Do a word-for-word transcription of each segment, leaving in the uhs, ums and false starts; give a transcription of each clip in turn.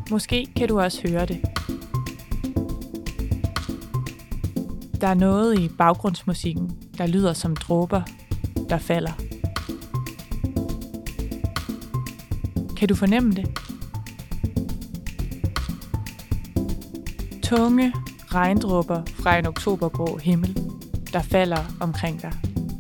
Måske kan du også høre det. Der er noget i baggrundsmusikken, der lyder som dråber, der falder. Kan du fornemme det? Tunge regndråber fra en oktobergrå himmel, der falder omkring dig.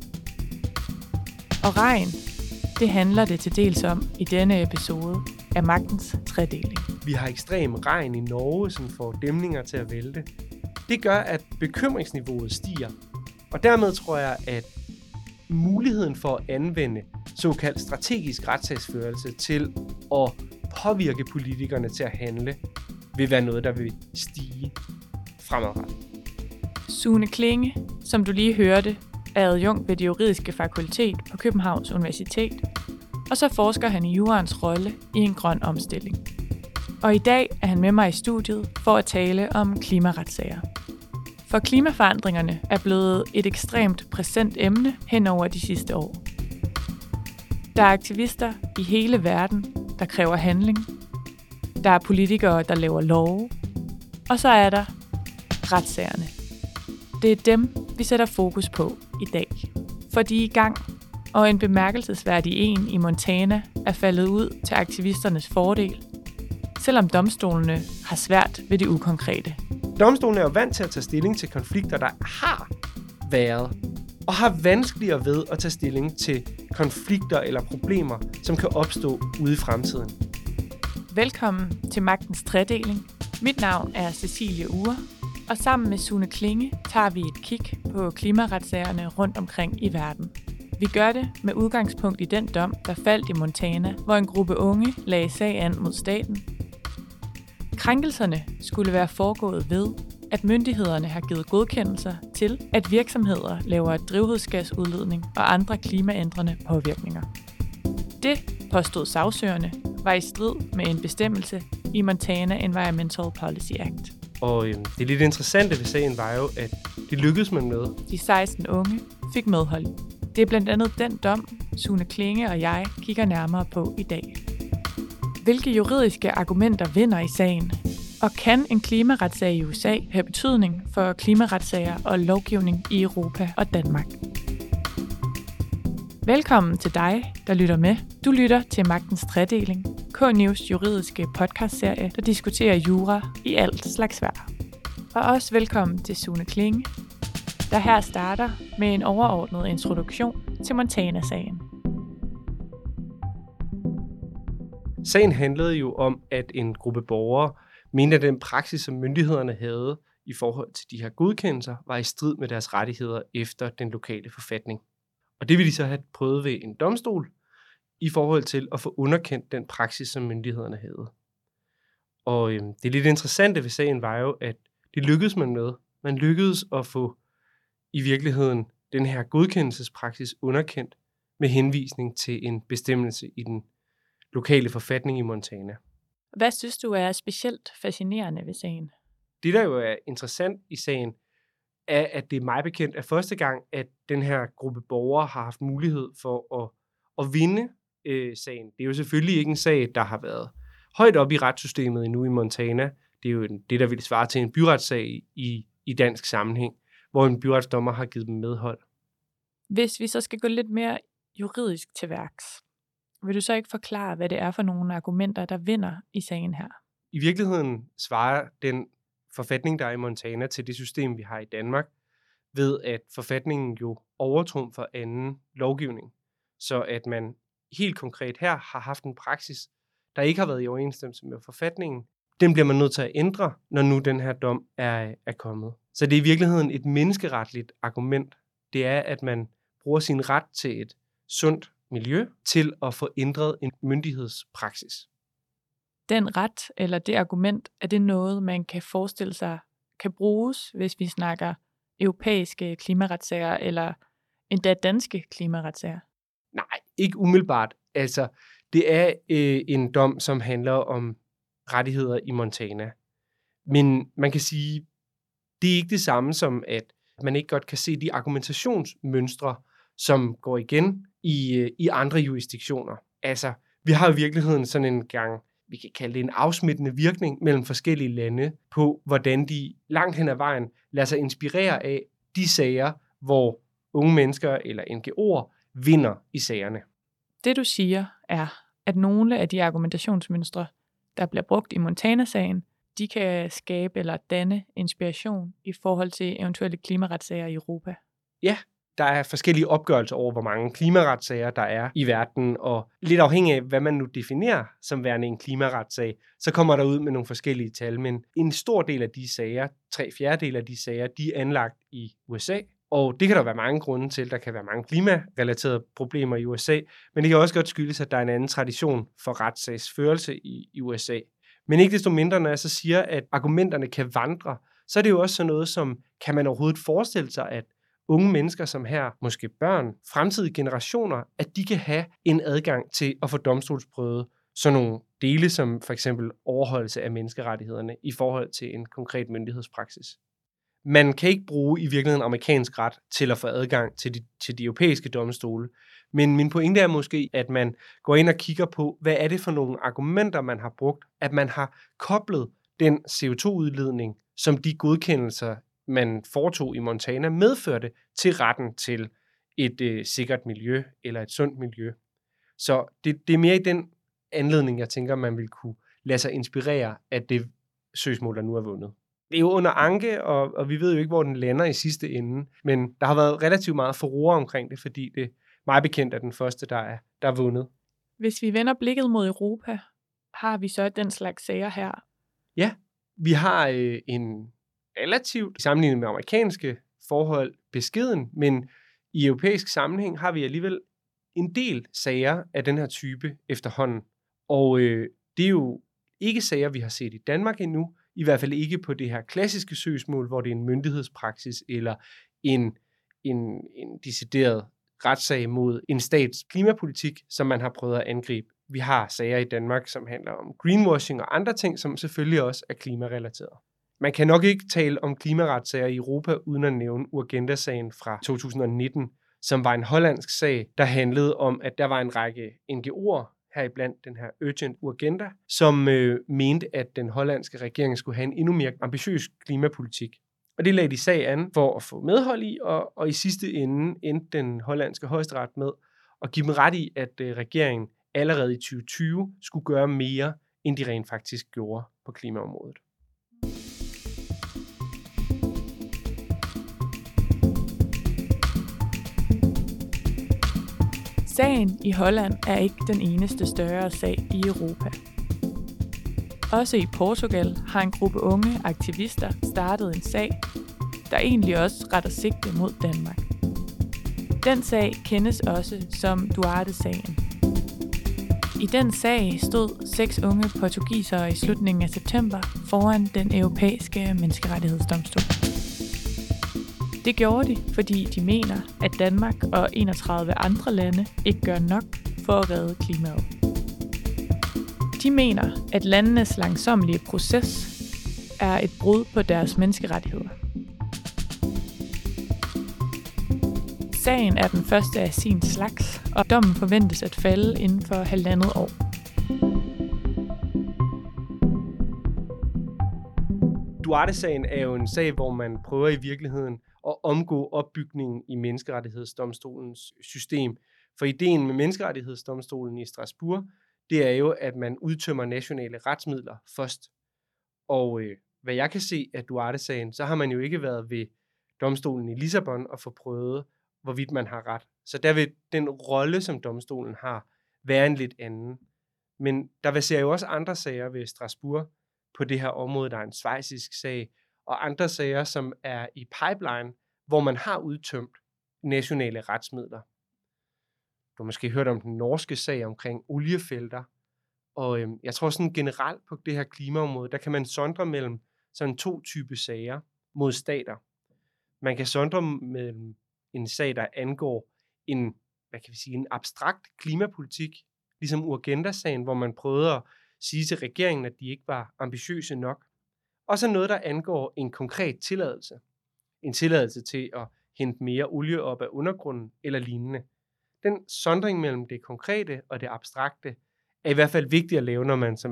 Og regn, det handler det til dels om i denne episode af Magtens Tredeling. Vi har ekstrem regn i Norge, som får dæmninger til at vælte. Det gør, at bekymringsniveauet stiger. Og dermed tror jeg, at muligheden for at anvende såkaldt strategisk retssagsførelse til at påvirke politikerne til at handle, vil være noget, der vil stige fremadrettet. Sune Klinge, som du lige hørte, er adjunkt ved det juridiske fakultet på Københavns Universitet, og så forsker han i juraens rolle i en grøn omstilling. Og i dag er han med mig i studiet for at tale om klimaretssager. For klimaforandringerne er blevet et ekstremt præsent emne hen over de sidste år. Der er aktivister i hele verden, der kræver handling. Der er politikere, der laver love. Og så er der retssagerne. Det er dem, vi sætter fokus på i dag. For de er i gang, og en bemærkelsesværdig en i Montana er faldet ud til aktivisternes fordel, selvom domstolene har svært ved det ukonkrete. Domstolene er jo vant til at tage stilling til konflikter, der har været, og har vanskeligere ved at tage stilling til konflikter eller problemer, som kan opstå ude i fremtiden. Velkommen til Magtens Tredeling. Mit navn er Cecilie Ure, og sammen med Sune Klinge tager vi et kig på klimaretsagerne rundt omkring i verden. Vi gør det med udgangspunkt i den dom, der faldt i Montana, hvor en gruppe unge lagde sag an mod staten. Krænkelserne skulle være foregået ved, at myndighederne har givet godkendelser til, at virksomheder laver drivhusgasudledning og andre klimaændrende påvirkninger. Det, påstod sagsøgerne, var i strid med en bestemmelse i Montana Environmental Policy Act. Og øhm, det lidt interessante ved sagen var jo, at det lykkedes man med. De seksten unge fik medhold. Det er blandt andet den dom, Sune Klinge og jeg kigger nærmere på i dag. Hvilke juridiske argumenter vinder i sagen? Og kan en klimaretssag i U S A have betydning for klimaretsager og lovgivning i Europa og Danmark? Velkommen til dig, der lytter med. Du lytter til Magtens Tredeling, K-News juridiske podcastserie, der diskuterer jura i alt slags vejr. Og også velkommen til Sune Klinge, der her starter med en overordnet introduktion til Montana-sagen. Sagen handlede jo om, at en gruppe borgere mente, at den praksis, som myndighederne havde i forhold til de her godkendelser, var i strid med deres rettigheder efter den lokale forfatning. Og det ville de så have prøvet ved en domstol i forhold til at få underkendt den praksis, som myndighederne havde. Og øhm, det lidt interessante ved sagen var jo, at det lykkedes man med. Man lykkedes at få i virkeligheden den her godkendelsespraksis underkendt med henvisning til en bestemmelse i den lokale forfatning i Montana. Hvad synes du er specielt fascinerende ved sagen? Det, der jo er interessant i sagen, er, at det er mig bekendt, at første gang, at den her gruppe borgere har haft mulighed for at, at vinde øh, sagen. Det er jo selvfølgelig ikke en sag, der har været højt op i retssystemet endnu i Montana. Det er jo det, der vil svare til en byretssag i, i dansk sammenhæng, hvor en byretsdommer har givet dem medhold. Hvis vi så skal gå lidt mere juridisk til værks, vil du så ikke forklare, hvad det er for nogle argumenter, der vinder i sagen her? I virkeligheden svarer den forfatning, der er i Montana, til det system, vi har i Danmark, ved at forfatningen jo overtrumfer anden lovgivning. Så at man helt konkret her har haft en praksis, der ikke har været i overensstemmelse med forfatningen, den bliver man nødt til at ændre, når nu den her dom er, er kommet. Så det er i virkeligheden et menneskeretligt argument. Det er, at man bruger sin ret til et sundt miljø til at få ændret en myndighedspraksis. Den ret eller det argument, er det noget, man kan forestille sig kan bruges, hvis vi snakker europæiske klimaretssager eller endda danske klimaretssager? Nej, ikke umiddelbart. Altså, det er øh, en dom, som handler om rettigheder i Montana. Men man kan sige, det er ikke det samme som, at man ikke godt kan se de argumentationsmønstre, som går igen i, i andre jurisdiktioner. Altså, vi har i virkeligheden sådan en gang vi kan kalde det en afsmittende virkning mellem forskellige lande på, hvordan de langt hen ad vejen lader sig inspirere af de sager, hvor unge mennesker eller N G O'er vinder i sagerne. Det du siger er, at nogle af de argumentationsmønstre, der bliver brugt i Montana-sagen, de kan skabe eller danne inspiration i forhold til eventuelle klimaretssager i Europa. Ja, der er forskellige opgørelser over, hvor mange klimaretssager der er i verden, og lidt afhængig af, hvad man nu definerer som værende en klimaretsag, så kommer der ud med nogle forskellige tal, men en stor del af de sager, tre fjerdedel af de sager, de er anlagt i U S A, og det kan der være mange grunde til. Der kan være mange klimarelaterede problemer i U S A, men det kan også godt skyldes, at der er en anden tradition for retssagsførelse i, i U S A. Men ikke desto mindre, når jeg så siger, at argumenterne kan vandre, så er det jo også sådan noget som, kan man overhovedet forestille sig, at unge mennesker som her, måske børn, fremtidige generationer, at de kan have en adgang til at få domstolsprøvet sådan nogle dele, som for eksempel overholdelse af menneskerettighederne i forhold til en konkret myndighedspraksis. Man kan ikke bruge i virkeligheden amerikansk ret til at få adgang til de, til de europæiske domstole, men min pointe er måske, at man går ind og kigger på, hvad er det for nogle argumenter, man har brugt, at man har koblet den C O to udledning, som de godkendelser, man foretog i Montana, medførte til retten til et øh, sikkert miljø eller et sundt miljø. Så det, det er mere i den anledning, jeg tænker, man vil kunne lade sig inspirere af det søgsmål, der nu er vundet. Det er jo under anke, og, og vi ved jo ikke, hvor den lander i sidste ende, men der har været relativt meget furore omkring det, fordi det meget bekendt er den første, der er, der er vundet. Hvis vi vender blikket mod Europa, har vi så den slags sager her? Ja, vi har øh, en relativt, sammenlignet med amerikanske forhold, beskeden, men i europæisk sammenhæng har vi alligevel en del sager af den her type efterhånden. Og øh, det er jo ikke sager, vi har set i Danmark endnu, i hvert fald ikke på det her klassiske søgsmål, hvor det er en myndighedspraksis eller en, en, en decideret retssag mod en stats klimapolitik, som man har prøvet at angribe. Vi har sager i Danmark, som handler om greenwashing og andre ting, som selvfølgelig også er klimarelateret. Man kan nok ikke tale om klimaretssager i Europa uden at nævne Urgenda-sagen fra to tusind nitten, som var en hollandsk sag, der handlede om, at der var en række N G O'er, heriblandt den her Urgent Urgenda, som øh, mente, at den hollandske regering skulle have en endnu mere ambitiøs klimapolitik. Og det lagde de sag an for at få medhold i, og, og i sidste ende endte den hollandske højesteret med at give dem ret i, at øh, regeringen allerede i tyve tyve skulle gøre mere, end de rent faktisk gjorde på klimaområdet. Sagen i Holland er ikke den eneste større sag i Europa. Også i Portugal har en gruppe unge aktivister startet en sag, der egentlig også retter sigte mod Danmark. Den sag kendes også som Duarte-sagen. I den sag stod seks unge portugisere i slutningen af september foran den europæiske menneskerettighedsdomstol. Det gjorde de, fordi de mener, at Danmark og enogtredive andre lande ikke gør nok for at redde klimaet. De mener, at landenes langsommelige proces er et brud på deres menneskerettigheder. Sagen er den første af sin slags, og dommen forventes at falde inden for halvandet år. Duarte-sagen er jo en sag, hvor man prøver i virkeligheden at omgå opbygningen i menneskerettighedsdomstolens system. For ideen med menneskerettighedsdomstolen i Strasbourg, det er jo, at man udtømmer nationale retsmidler først. Og øh, hvad jeg kan se af Duarte-sagen, så har man jo ikke været ved domstolen i Lissabon og få prøvet, hvorvidt man har ret. Så der vil den rolle, som domstolen har, være en lidt anden. Men der verserer jo også andre sager ved Strasbourg på det her område. Der er en schweizisk sag, og andre sager, som er i pipeline, hvor man har udtømt nationale retsmidler. Du har måske hørt om den norske sag omkring oliefelter, og øhm, jeg tror sådan generelt på det her klimaområde, der kan man sondre mellem sådan to typer sager mod stater. Man kan sondre mellem en sag, der angår en, hvad kan vi sige, en abstrakt klimapolitik, ligesom Urgenda-sagen, hvor man prøvede at sige til regeringen, at de ikke var ambitiøse nok. Og så noget, der angår en konkret tilladelse. En tilladelse til at hente mere olie op af undergrunden eller lignende. Den sondring mellem det konkrete og det abstrakte er i hvert fald vigtigt at lave, når man som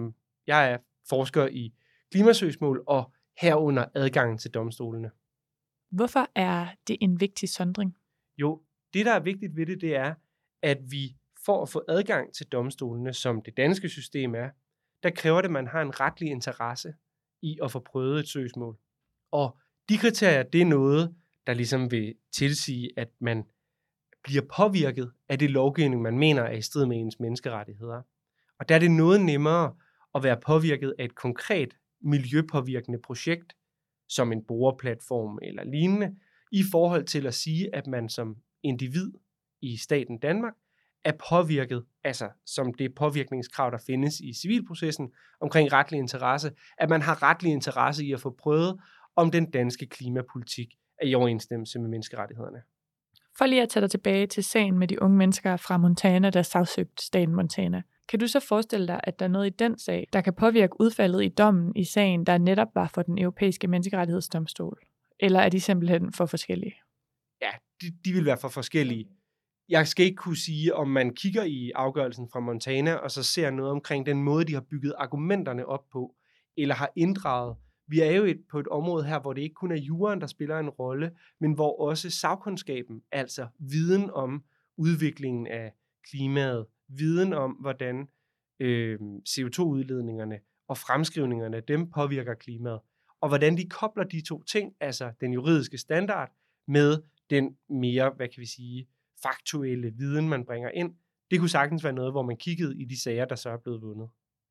Jeg er forsker i klimasøgsmål og herunder adgangen til domstolene. Hvorfor er det en vigtig sondring? Jo, det der er vigtigt ved det, det er, at vi for at få adgang til domstolene, som det danske system er, der kræver det, at man har en retlig interesse i at få prøvet et søgsmål. Og de kriterier, det er noget, der ligesom vil tilsige, at man bliver påvirket af det lovgivning, man mener er i strid med ens menneskerettigheder. Og der er det noget nemmere at være påvirket af et konkret miljøpåvirkende projekt, som en boreplatform eller lignende, i forhold til at sige, at man som individ i staten Danmark er påvirket, altså som det påvirkningskrav, der findes i civilprocessen omkring retlig interesse, at man har retlig interesse i at få prøvet, om den danske klimapolitik er i overensstemmelse med menneskerettighederne. For lige at tage dig tilbage til sagen med de unge mennesker fra Montana, der sagsøgte staten Montana. Kan du så forestille dig, at der er noget i den sag, der kan påvirke udfaldet i dommen i sagen, der netop var for den europæiske menneskerettighedsdomstol? Eller er de simpelthen for forskellige? Ja, de, de vil være for forskellige. Jeg skal ikke kunne sige, om man kigger i afgørelsen fra Montana, og så ser noget omkring den måde, de har bygget argumenterne op på, eller har inddraget. Vi er jo et, på et område her, hvor det ikke kun er juraen, der spiller en rolle, men hvor også sagkundskaben, altså viden om udviklingen af klimaet, viden om, hvordan øh, C O to udledningerne og fremskrivningerne, dem påvirker klimaet, og hvordan de kobler de to ting, altså den juridiske standard, med den mere, hvad kan vi sige, faktuelle viden, man bringer ind. Det kunne sagtens være noget, hvor man kiggede i de sager, der så er blevet vundet.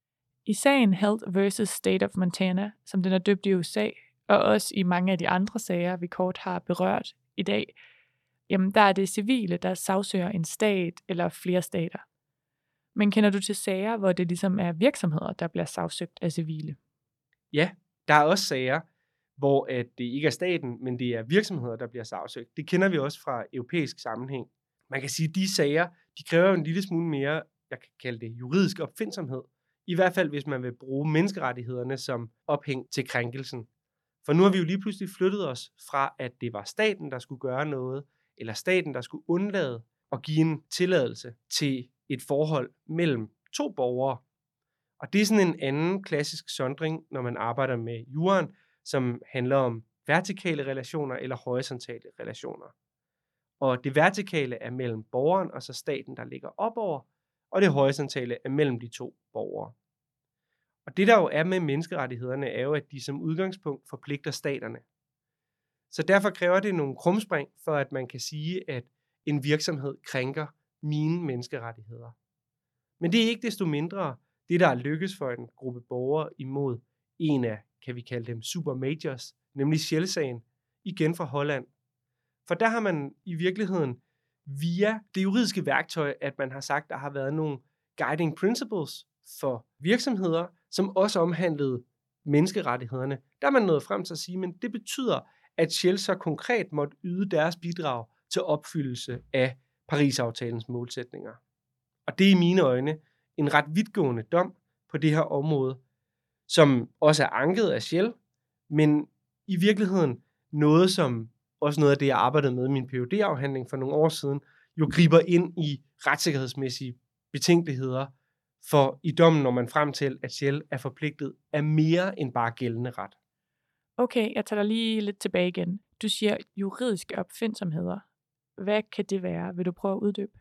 I sagen Health versus State of Montana, som den er døbt i U S A, og også i mange af de andre sager, vi kort har berørt i dag, jamen der er det civile, der sagsøger en stat eller flere stater. Men kender du til sager, hvor det ligesom er virksomheder, der bliver sagsøgt af civile? Ja, der er også sager, hvor at det ikke er staten, men det er virksomheder, der bliver sagsøgt. Det kender vi også fra europæisk sammenhæng. Man kan sige, at de sager, de kræver en lille smule mere, jeg kan kalde det juridisk opfindsomhed. I hvert fald, hvis man vil bruge menneskerettighederne som ophæng til krænkelsen. For nu har vi jo lige pludselig flyttet os fra, at det var staten, der skulle gøre noget, eller staten, der skulle undlade at give en tilladelse til et forhold mellem to borgere. Og det er sådan en anden klassisk sondring, når man arbejder med juraen, som handler om vertikale relationer eller horisontale relationer. Og det vertikale er mellem borgeren og så staten, der ligger opover, og det horisontale er mellem de to borgere. Og det der jo er med menneskerettighederne, er jo, at de som udgangspunkt forpligter staterne. Så derfor kræver det nogle krumspring, for at man kan sige, at en virksomhed krænker mine menneskerettigheder. Men det er ikke desto mindre det, der er lykkes for en gruppe borgere imod en af, kan vi kalde dem, super majors, nemlig Shell-sagen, igen fra Holland. For der har man i virkeligheden via det juridiske værktøj, at man har sagt, der har været nogle guiding principles for virksomheder, som også omhandlede menneskerettighederne. Der er man nået frem til at sige, men det betyder, at Shell så konkret måtte yde deres bidrag til opfyldelse af Paris-aftalens målsætninger. Og det er i mine øjne en ret vidtgående dom på det her område, som også er anket af Shell, men i virkeligheden noget, som også noget af det, jeg arbejdede med i min P H D-afhandling for nogle år siden, jo griber ind i retssikkerhedsmæssige betænkeligheder, for i dommen når man frem til, at Shell er forpligtet af mere end bare gældende ret. Okay, jeg tager dig lige lidt tilbage igen. Du siger juridiske opfindsomheder. Hvad kan det være? Vil du prøve at uddybe?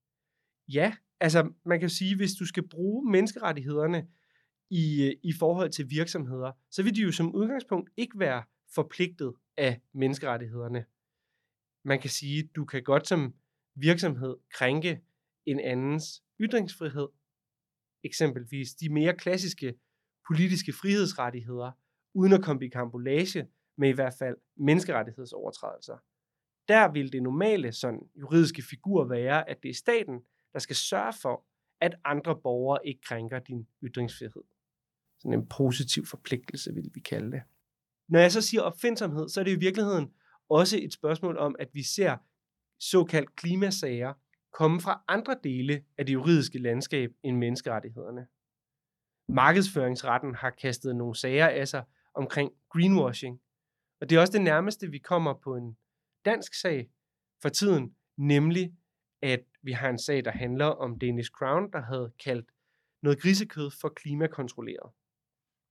Ja, altså man kan sige, hvis du skal bruge menneskerettighederne i, i forhold til virksomheder, så vil de jo som udgangspunkt ikke være forpligtet af menneskerettighederne. Man kan sige, du kan godt som virksomhed krænke en andens ytringsfrihed. Eksempelvis de mere klassiske politiske frihedsrettigheder, uden at komme i karambolage med i hvert fald menneskerettighedsovertrædelser. Der vil det normale sådan juridiske figur være, at det er staten, der skal sørge for, at andre borgere ikke krænker din ytringsfrihed. Sådan en positiv forpligtelse, vil vi kalde det. Når jeg så siger opfindsomhed, så er det i virkeligheden også et spørgsmål om, at vi ser såkaldt klimasager komme fra andre dele af det juridiske landskab end menneskerettighederne. Markedsføringsretten har kastet nogle sager af sig omkring greenwashing, og det er også det nærmeste, vi kommer på en dansk sag for tiden, nemlig at vi har en sag, der handler om Danish Crown, der havde kaldt noget grisekød for klimakontrolleret.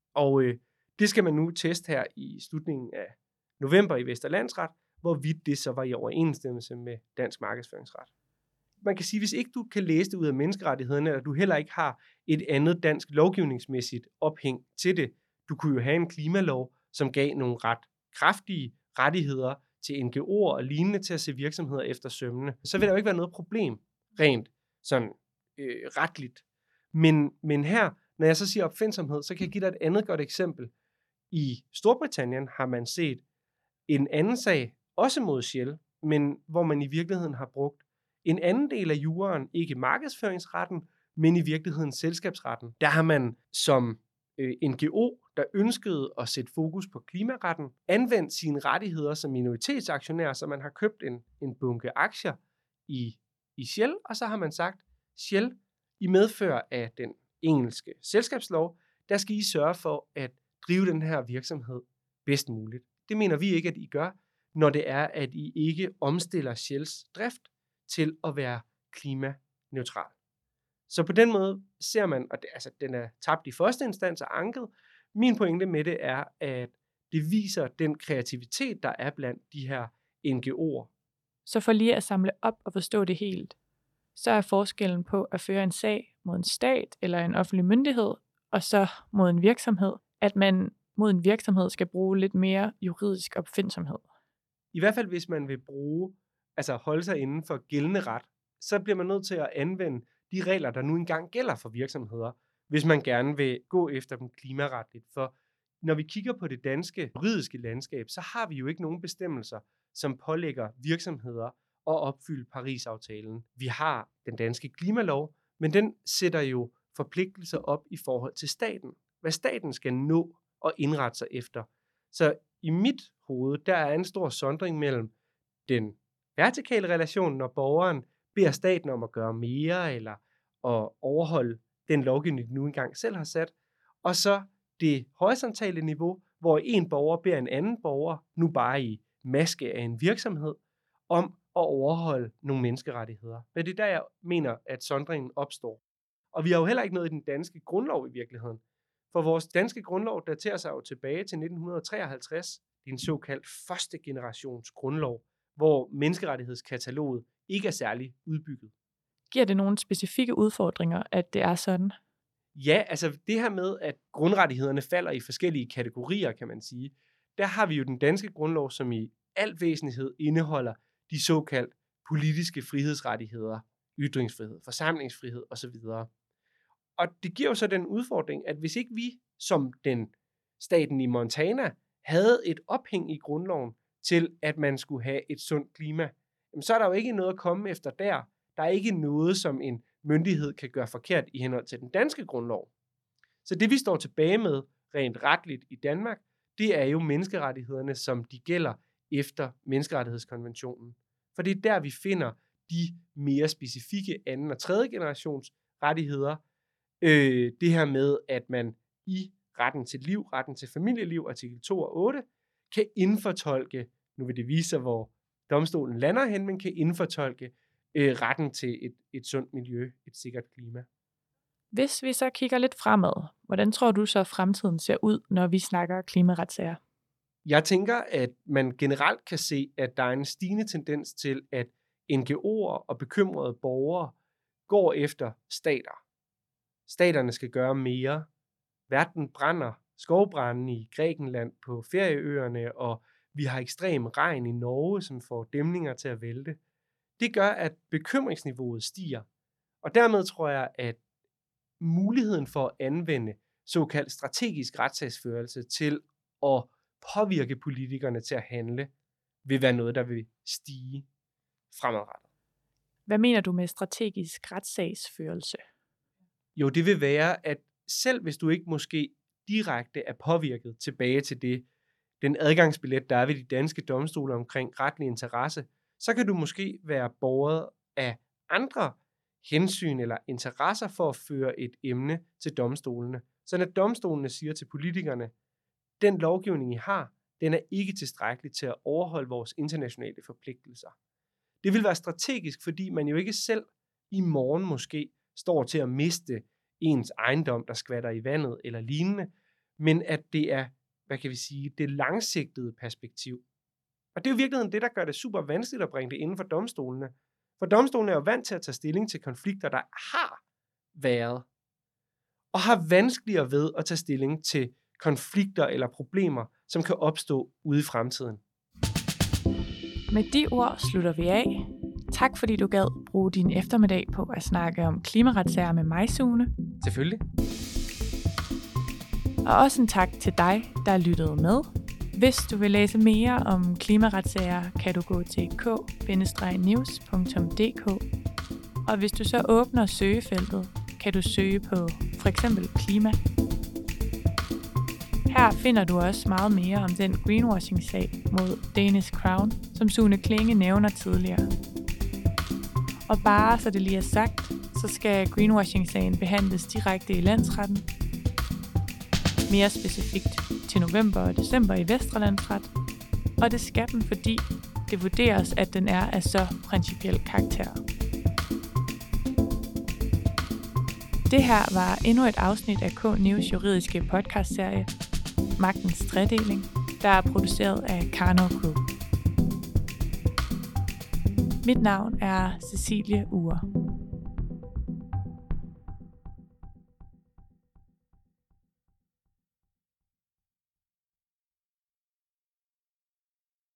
Og øh, det skal man nu teste her i slutningen af november i Vestre Landsret, hvorvidt det så var i overensstemmelse med dansk markedsføringsret. Man kan sige, hvis ikke du kan læse det ud af menneskerettighederne, eller du heller ikke har et andet dansk lovgivningsmæssigt ophæng til det, du kunne jo have en klimalov, som gav nogle ret kraftige rettigheder til N G O'er og lignende til at se virksomheder efter sømmene. Så vil der jo ikke være noget problem rent sådan øh, retligt. Men, men her, når jeg så siger opfindsomhed, så kan jeg give dig et andet godt eksempel. I Storbritannien har man set en anden sag, også mod Shell, men hvor man i virkeligheden har brugt en anden del af juraen, ikke markedsføringsretten, men i virkeligheden selskabsretten. Der har man som øh, N G O, der ønskede at sætte fokus på klimaretten, anvendt sine rettigheder som minoritetsaktionær, så man har købt en, en bunke aktier i, i Shell, og så har man sagt, Shell, i medfør af den engelske selskabslov, der skal I sørge for at drive den her virksomhed bedst muligt. Det mener vi ikke, at I gør, når det er, at I ikke omstiller Shells drift til at være klimaneutral. Så på den måde ser man, og det, altså, den er tabt i første instans og anket. Min pointe med det er, at det viser den kreativitet, der er blandt de her N G O'er. Så for lige at samle op og forstå det helt, så er forskellen på at føre en sag mod en stat eller en offentlig myndighed, og så mod en virksomhed, at man mod en virksomhed skal bruge lidt mere juridisk opfindsomhed. I hvert fald hvis man vil bruge, altså holde sig inden for gældende ret, så bliver man nødt til at anvende de regler, der nu engang gælder for virksomheder, hvis man gerne vil gå efter dem klimaretligt. For når vi kigger på det danske juridiske landskab, så har vi jo ikke nogen bestemmelser, som pålægger virksomheder at opfylde Paris-aftalen. Vi har den danske klimalov, men den sætter jo forpligtelser op i forhold til staten. Hvad staten skal nå og indrette sig efter. Så i mit hoved, der er en stor sondring mellem den vertikale relation, når borgeren beder staten om at gøre mere, eller at overholde den lovgivning, de nu engang selv har sat, og så det horisontale niveau, hvor en borger beder en anden borger, nu bare i maske af en virksomhed, om at overholde nogle menneskerettigheder. Men det er der, jeg mener, at sondringen opstår. Og vi har jo heller ikke noget i den danske grundlov i virkeligheden. For vores danske grundlov daterer sig jo tilbage til nitten treoghalvtreds. Det er en såkaldt første generations grundlov, hvor menneskerettighedskataloget ikke er særlig udbygget. Giver det nogle specifikke udfordringer, at det er sådan? Ja, altså det her med, at grundrettighederne falder i forskellige kategorier, kan man sige. Der har vi jo den danske grundlov, som i al væsentlighed indeholder de såkaldt politiske frihedsrettigheder, ytringsfrihed, forsamlingsfrihed osv. Og det giver jo så den udfordring, at hvis ikke vi, som den staten i Montana, havde et ophæng i grundloven til, at man skulle have et sundt klima, så er der jo ikke noget at komme efter der. Der er ikke noget, som en myndighed kan gøre forkert i henhold til den danske grundlov. Så det, vi står tilbage med rent retligt i Danmark, det er jo menneskerettighederne, som de gælder efter menneskerettighedskonventionen. For det er der, vi finder de mere specifikke anden- og tredje generations rettigheder. Øh, det her med, at man i retten til liv, retten til familieliv, artikel to og otte, kan indfortolke, nu vil det vise sig, hvor domstolen lander hen, men kan indfortolke øh, retten til et, et sundt miljø, et sikkert klima. Hvis vi så kigger lidt fremad, hvordan tror du så, at fremtiden ser ud, når vi snakker klimaretssager? Jeg tænker, at man generelt kan se, at der er en stigende tendens til, at N G O'er og bekymrede borgere går efter stater. Staterne skal gøre mere. Verden brænder. Skovbranden i Grækenland på Ferieøerne, og vi har ekstrem regn i Norge, som får dæmninger til at vælte. Det gør, at bekymringsniveauet stiger. Og dermed tror jeg, at muligheden for at anvende såkaldt strategisk retssagsførelse til at påvirke politikerne til at handle, vil være noget, der vil stige fremadrettet. Hvad mener du med strategisk retssagsførelse? Jo, det vil være, at selv hvis du ikke måske direkte er påvirket tilbage til det, den adgangsbillet, der er ved de danske domstole omkring retlig interesse, så kan du måske være båret af andre hensyn eller interesser for at føre et emne til domstolene. Så når domstolene siger til politikerne, den lovgivning, I har, den er ikke tilstrækkelig til at overholde vores internationale forpligtelser. Det vil være strategisk, fordi man jo ikke selv i morgen måske står til at miste ens ejendom, der skvatter i vandet eller lignende, men at det er, hvad kan vi sige, det langsigtede perspektiv. Og det er jo i virkeligheden det, der gør det super vanskeligt at bringe det inden for domstolene. For domstolene er jo vant til at tage stilling til konflikter, der har været, og har vanskeligere ved at tage stilling til konflikter eller problemer, som kan opstå ude i fremtiden. Med de ord slutter vi af. Tak fordi du gad bruge din eftermiddag på at snakke om klimaretssager med mig, Sune. Selvfølgelig. Og også en tak til dig, der lyttede med. Hvis du vil læse mere om klimaretssager, kan du gå til k bindestreg news punktum d k. Og hvis du så åbner søgefeltet, kan du søge på for eksempel klima. Her finder du også meget mere om den greenwashing-sag mod Danish Crown, som Sune Klinge nævner tidligere. Og bare så det lige er sagt, så skal greenwashing-sagen behandles direkte i landsretten. Mere specifikt til november og december i Vestre Landsret. Og det skal den, fordi det vurderes, at den er af så principiel karakter. Det her var endnu et afsnit af K-News juridiske podcastserie Magtens Tredeling, der er produceret af Karnov Group. Mit navn er Cecilie Ure.